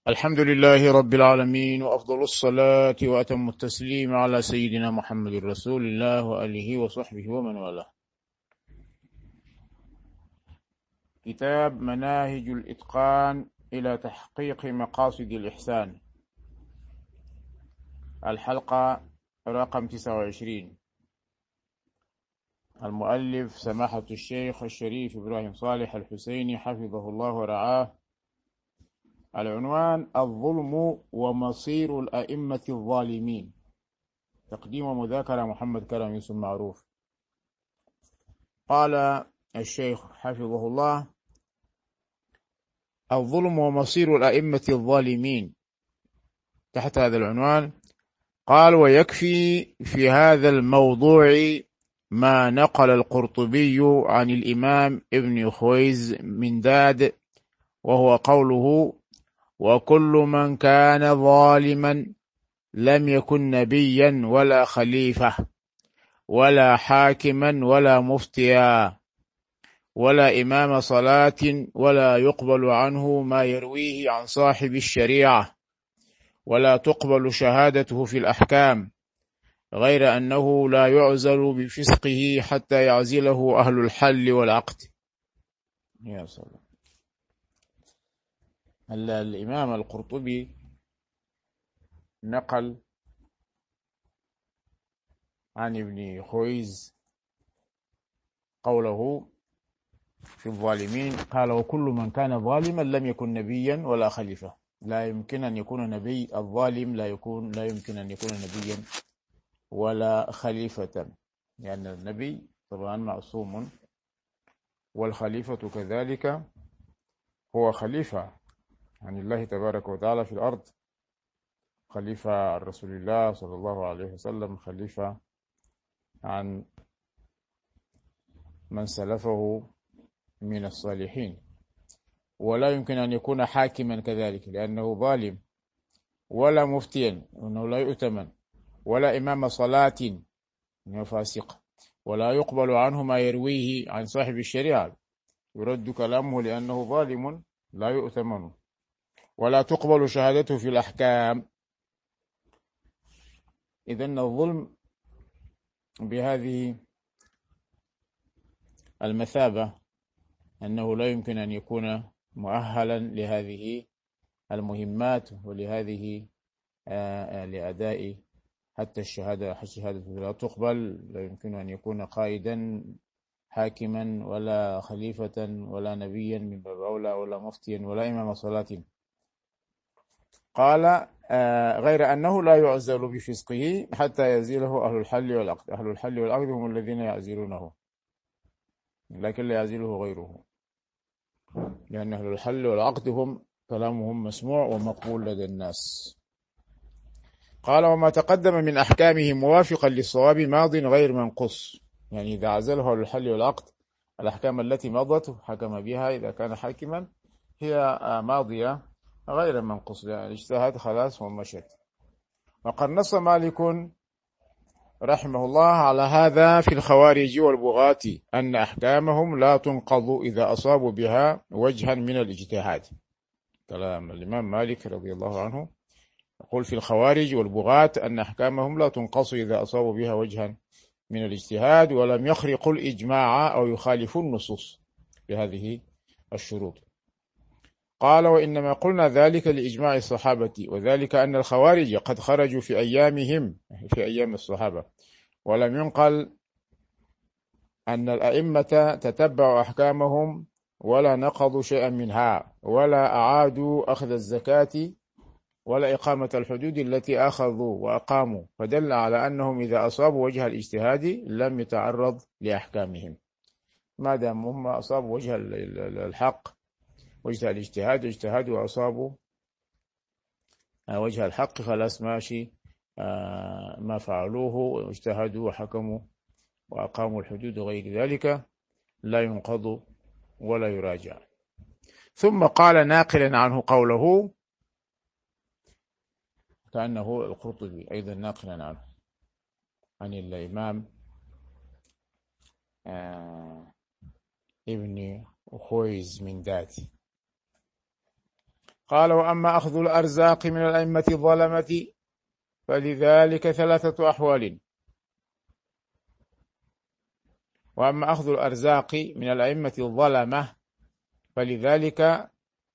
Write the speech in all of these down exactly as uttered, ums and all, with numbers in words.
الحمد لله رب العالمين، وأفضل الصلاة وأتم التسليم على سيدنا محمد رسول الله وآله وصحبه ومن والاه. كتاب مناهج الإتقان إلى تحقيق مقاصد الإحسان، الحلقة رقم تسعة وعشرين. المؤلف سماحة الشيخ الشريف إبراهيم صالح الحسيني حفظه الله ورعاه. العنوان: الظلم ومصير الأئمة الظالمين. تقديم ومذاكرة محمد كرم يوسف معروف. قال الشيخ حفظه الله: الظلم ومصير الأئمة الظالمين. تحت هذا العنوان قال: ويكفي في هذا الموضوع ما نقل القرطبي عن الإمام ابن خويز من داد، وهو قوله: وكل من كان ظالما لم يكن نبيا ولا خليفة ولا حاكما ولا مفتيا ولا إمام صلاة، ولا يقبل عنه ما يرويه عن صاحب الشريعة، ولا تقبل شهادته في الأحكام، غير أنه لا يعزل بفسقه حتى يعزله أهل الحل والعقد. يا سلام. الإمام القرطبي نقل عن ابن خويز قوله في الظالمين، قال: وكل من كان ظالما لم يكن نبيا ولا خليفة. لا يمكن أن يكون نبي الظالم، لا يكون لا يمكن أن يكون نبيا ولا خليفة، لأن يعني النبي طبعا معصوم، والخليفة كذلك هو خليفة عن الله تبارك وتعالى في الأرض، خليفة عن رسول الله صلى الله عليه وسلم، خليفة عن من سلفه من الصالحين. ولا يمكن أن يكون حاكما كذلك لأنه ظالم، ولا مفتيا أنه لا يؤتمن، ولا إمام صلاة أنه فاسق، ولا يقبل عنه ما يرويه عن صاحب الشريعة، يرد كلامه لأنه ظالم لا يؤتمن، ولا تقبل شهادته في الأحكام. إذن الظلم بهذه المثابة أنه لا يمكن أن يكون مؤهلا لهذه المهمات ولهذه آه لأداء حتى الشهادة الشهادة لا تقبل. لا يمكن أن يكون قائدا حاكما ولا خليفة ولا نبيا من باب أولى، ولا مفتيا ولا إمام صلاة. قال: آه غير أنه لا يعزل بفسقه حتى يزيله أهل الحل والعقد. أهل الحل والعقد هم الذين يعزلونه، لكن لا يعزله غيره، لأن أهل الحل والعقد هم كلامهم مسموع ومقبول لدى الناس. قال: وما تقدم من أحكامه موافقا للصواب ماض غير منقص. يعني إذا عزله أهل الحل والعقد، الأحكام التي مضت حكم بها إذا كان حاكما هي ماضية غير منقص، يعني الاجتهاد خلاص ومشت. وقد نص مالك رحمه الله على هذا في الخوارج والبغاة، أن أحكامهم لا تنقض إذا أصابوا بها وجها من الاجتهاد. كلام الإمام مالك رضي الله عنه يقول في الخوارج والبغاة أن أحكامهم لا تنقص إذا أصابوا بها وجها من الاجتهاد، ولم يخرقوا الإجماع أو يخالفوا النصوص بهذه الشروط. قال: وإنما قلنا ذلك لإجماع الصحابة، وذلك أن الخوارج قد خرجوا في أيامهم، في أيام الصحابة، ولم ينقل أن الأئمة تتبعوا أحكامهم ولا نقضوا شيئا منها، ولا أعادوا أخذ الزكاة ولا إقامة الحدود التي أخذوا وأقاموا، فدل على أنهم إذا أصابوا وجه الاجتهاد لم يتعرض لأحكامهم. ما دام هم أصابوا وجه الحق، وجه الاجتهاد، اجتهادوا وأصابوا وجه الحق، خلاص ماشي ما فعلوه واجتهدوا وحكموا وأقاموا الحدود وغير ذلك لا ينقض ولا يراجع. ثم قال ناقلا عنه قوله، كأنه القرطبي أيضا ناقلا عنه عن الإمام آه ابن خويز من ذات، قال: وأما أخذ الأرزاق من الأئمة الظلمة فلذلك ثلاثة أحوال. وأما أخذ الأرزاق من الأئمة الظلمة فلذلك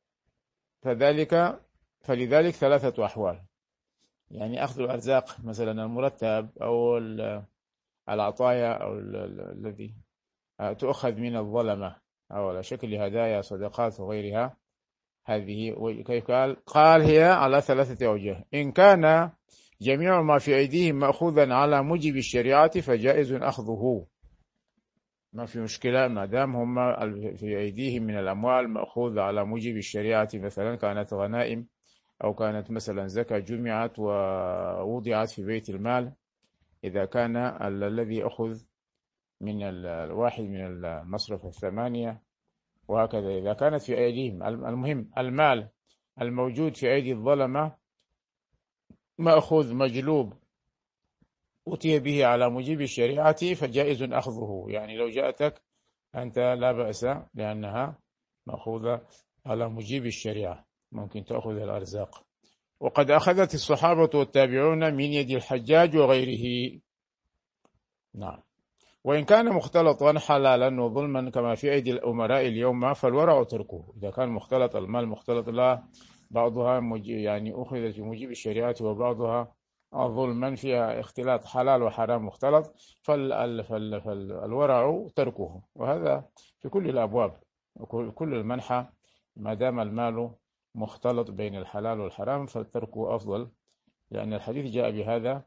فذلك فلذلك ثلاثة أحوال. يعني أخذ الأرزاق مثلا المرتب أو العطايا أو الذي تؤخذ من الظلمة أو على شكل هدايا صدقات وغيرها، هذه كيف قال؟ قال: هي على ثلاثة أوجه. إن كان جميع ما في أيديهم مأخوذا على موجب الشريعة فجائز أخذه، ما في مشكلة ما دام هم في أيديهم من الأموال مأخوذ على موجب الشريعة، مثلا كانت غنائم أو كانت مثلا زكاة جمعت ووضعت في بيت المال، إذا كان الذي أخذ من الواحد من المصرف الثمانية، وهكذا إذا كانت في أيديهم. المهم المال الموجود في أيدي الظلمة مأخوذ مجلوب أتي به على موجب الشريعة فجائز أخذه. يعني لو جاءتك أنت لا بأس، لأنها مأخوذة على موجب الشريعة، ممكن تأخذ الأرزاق. وقد أخذت الصحابة والتابعون من يد الحجاج وغيره. نعم. وإن كان مختلطا حلالا وظلما كما في أيدي الأمراء اليوم فالورع تركه. إذا كان مختلط المال مختلط لا بعضها يعني أخذت في موجب الشريعة وبعضها ظلما فيها اختلاط حلال وحرام مختلط، فالورع تركه. وهذا في كل الأبواب، كل المنحى، ما دام المال مختلط بين الحلال والحرام فتركه أفضل، لأن الحديث جاء بهذا: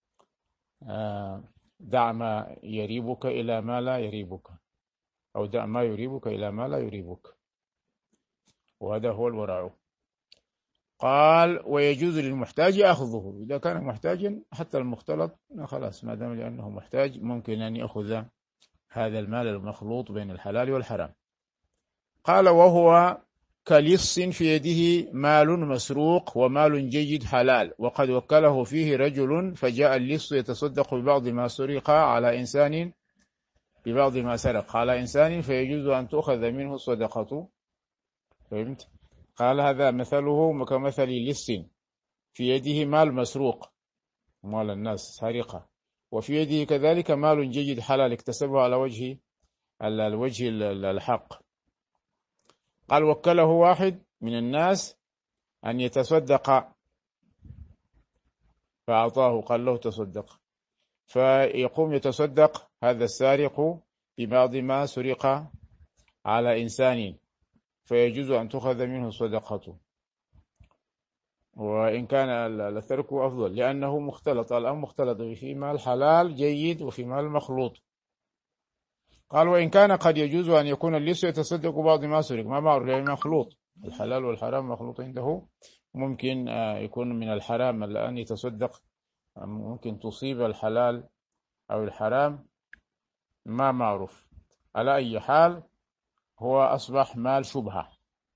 دع ما يريبك إلى ما لا يريبك، أو دع ما يريبك إلى ما لا يريبك، وهذا هو الورع. قال: ويجوز للمحتاج أخذه. إذا كان محتاجا حتى المختلط خلاص، ما دام لأنه محتاج ممكن أن يأخذ هذا المال المخلوط بين الحلال والحرام. قال: وهو كلص في يده مال مسروق ومال جيد حلال، وقد وكله فيه رجل فجاء اللص يتصدق ببعض ما سرق على إنسان ببعض ما سرق على إنسان فيجوز أن تؤخذ منه الصدقة. فهمت؟ قال: هذا مثله كمثل لص في يده مال مسروق، مال الناس سرقة، وفي يده كذلك مال جيد حلال اكتسبه على وجه الوجه الحق. قال: وكله واحد من الناس أن يتصدق فأعطاه، قال له تصدق، فيقوم يتصدق هذا السارق ببعض ما سرق على إنسان فيجوز أن تأخذ منه صدقته، وإن كان الترك أفضل لأنه مختلط، الأمر مختلط في مال حلال جيد وفي مال مخلوط. قال: وإن كان قد يجوز أن يكون اللص يتصدق بعض ما سرق، ما معروف لأنه مخلوط، الحلال والحرام مخلوط عنده، ممكن يكون من الحرام الآن يتصدق، ممكن تصيب الحلال أو الحرام، ما معروف. على أي حال هو أصبح مال شبهة،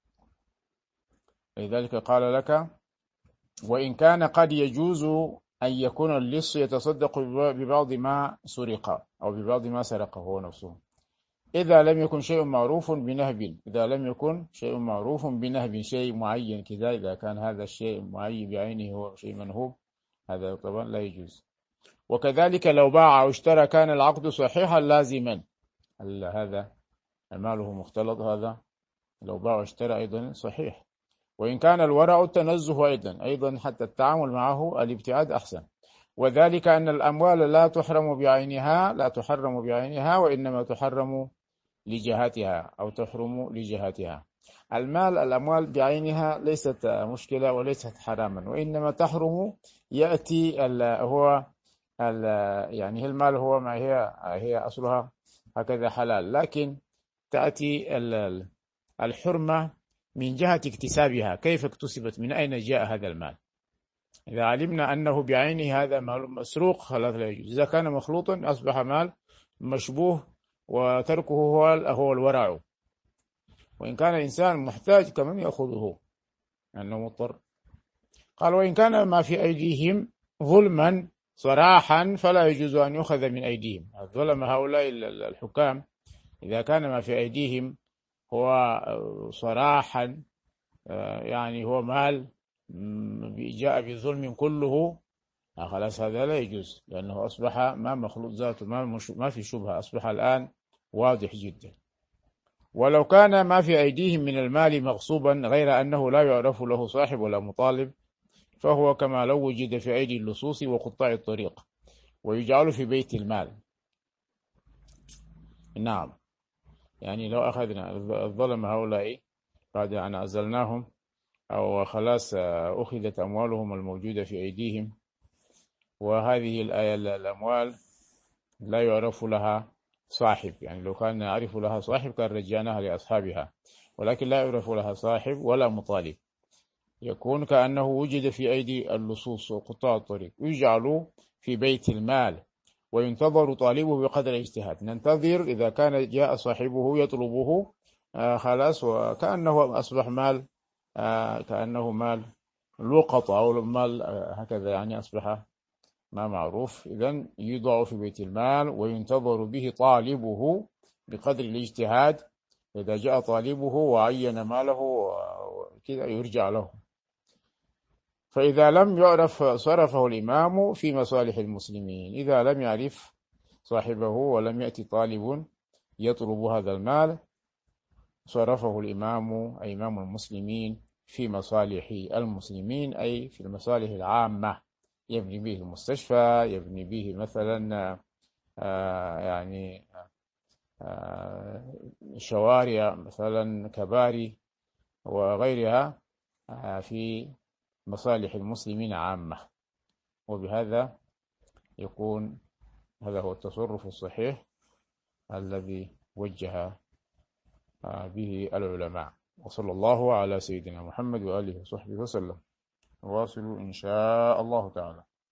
لذلك قال لك: وإن كان قد يجوز أن يكون اللص يتصدق ببعض ما سرق أو ببعض ما سرقه هو نفسه، إذا لم يكن شيء معروف بنهب، إذا لم يكن شيء معروف بنهب، شيء معين كذا، إذا كان هذا الشيء معين بعينه هو شيء منهوب، هذا طبعا لا يجوز. وكذلك لو باع أو اشترى كان العقد صحيحا لازما، هذا ماله مختلط، هذا لو باع واشترى أيضا صحيح. وإن كان الورع التنزه أيضا أيضا حتى التعامل معه الابتعاد أحسن، وذلك أن الأموال لا تحرم بعينها لا تحرم بعينها وإنما تحرم لجهاتها أو تحرم لجهاتها. المال الأموال بعينها ليست مشكلة وليست حراما، وإنما تحرم يأتي ال هو ال يعني المال هو ما هي هي أصلها هكذا حلال، لكن تأتي الحرمة من جهة اكتسابها، كيف اكتسبت، من أين جاء هذا المال. إذا علمنا أنه بعينه هذا مال مسروق خلاص لا يجوز، إذا كان مخلوطا أصبح مال مشبوه وتركه هو هو الورع. وإن كان الإنسان محتاج كمن يأخذه أنه مضطر. قال: وإن كان ما في أيديهم ظلما صراحا فلا يجوز أن يؤخذ من أيديهم. الظلم هؤلاء الحكام إذا كان ما في أيديهم هو صراحا يعني هو مال جاء بظلم كله، خلاص هذا لا يجوز، لأنه أصبح ما مخلوط ذاته، ما مش ما في شبهة، أصبح الآن واضح جدا. ولو كان ما في أيديهم من المال مغصوبا غير أنه لا يعرف له صاحب ولا مطالب، فهو كما لو وجد في أيدي اللصوص وقطاع الطريق ويجعل في بيت المال. نعم، يعني لو أخذنا الظلم هؤلاء بعد أن أزلناهم أو خلاص أخذت أموالهم الموجودة في أيديهم، وهذه الآية الأموال لا يعرف لها صاحب، يعني لو كان يعرف لها صاحب كان رجعناها لأصحابها، ولكن لا يعرف لها صاحب ولا مطالب، يكون كأنه وجد في أيدي اللصوص وقطاع الطريق، يجعل في بيت المال وينتظر طالبه بقدر الاجتهاد. ننتظر إذا كان جاء صاحبه يطلبه، آه خلاص، وكأنه أصبح مال، آه كأنه مال لقطة أو مال، آه هكذا يعني أصبح ما معروف. إذن يوضع في بيت المال وينتظر به طالبه بقدر الاجتهاد، إذا جاء طالبه وعين ماله كذا يرجع له. فإذا لم يعرف صرفه الإمام في مصالح المسلمين، إذا لم يعرف صاحبه ولم يأتي طالب يطلب هذا المال، صرفه الإمام أي إمام المسلمين في مصالح المسلمين، أي في المصالح العامة، يبني به المستشفى، يبني به مثلا آه يعني آه شوارع مثلا، كباري وغيرها، آه في مصالح المسلمين عامة. وبهذا يكون هذا هو التصرف الصحيح الذي وجه به العلماء. وصلى الله على سيدنا محمد وآله وصحبه وسلم. نواصل إن شاء الله تعالى.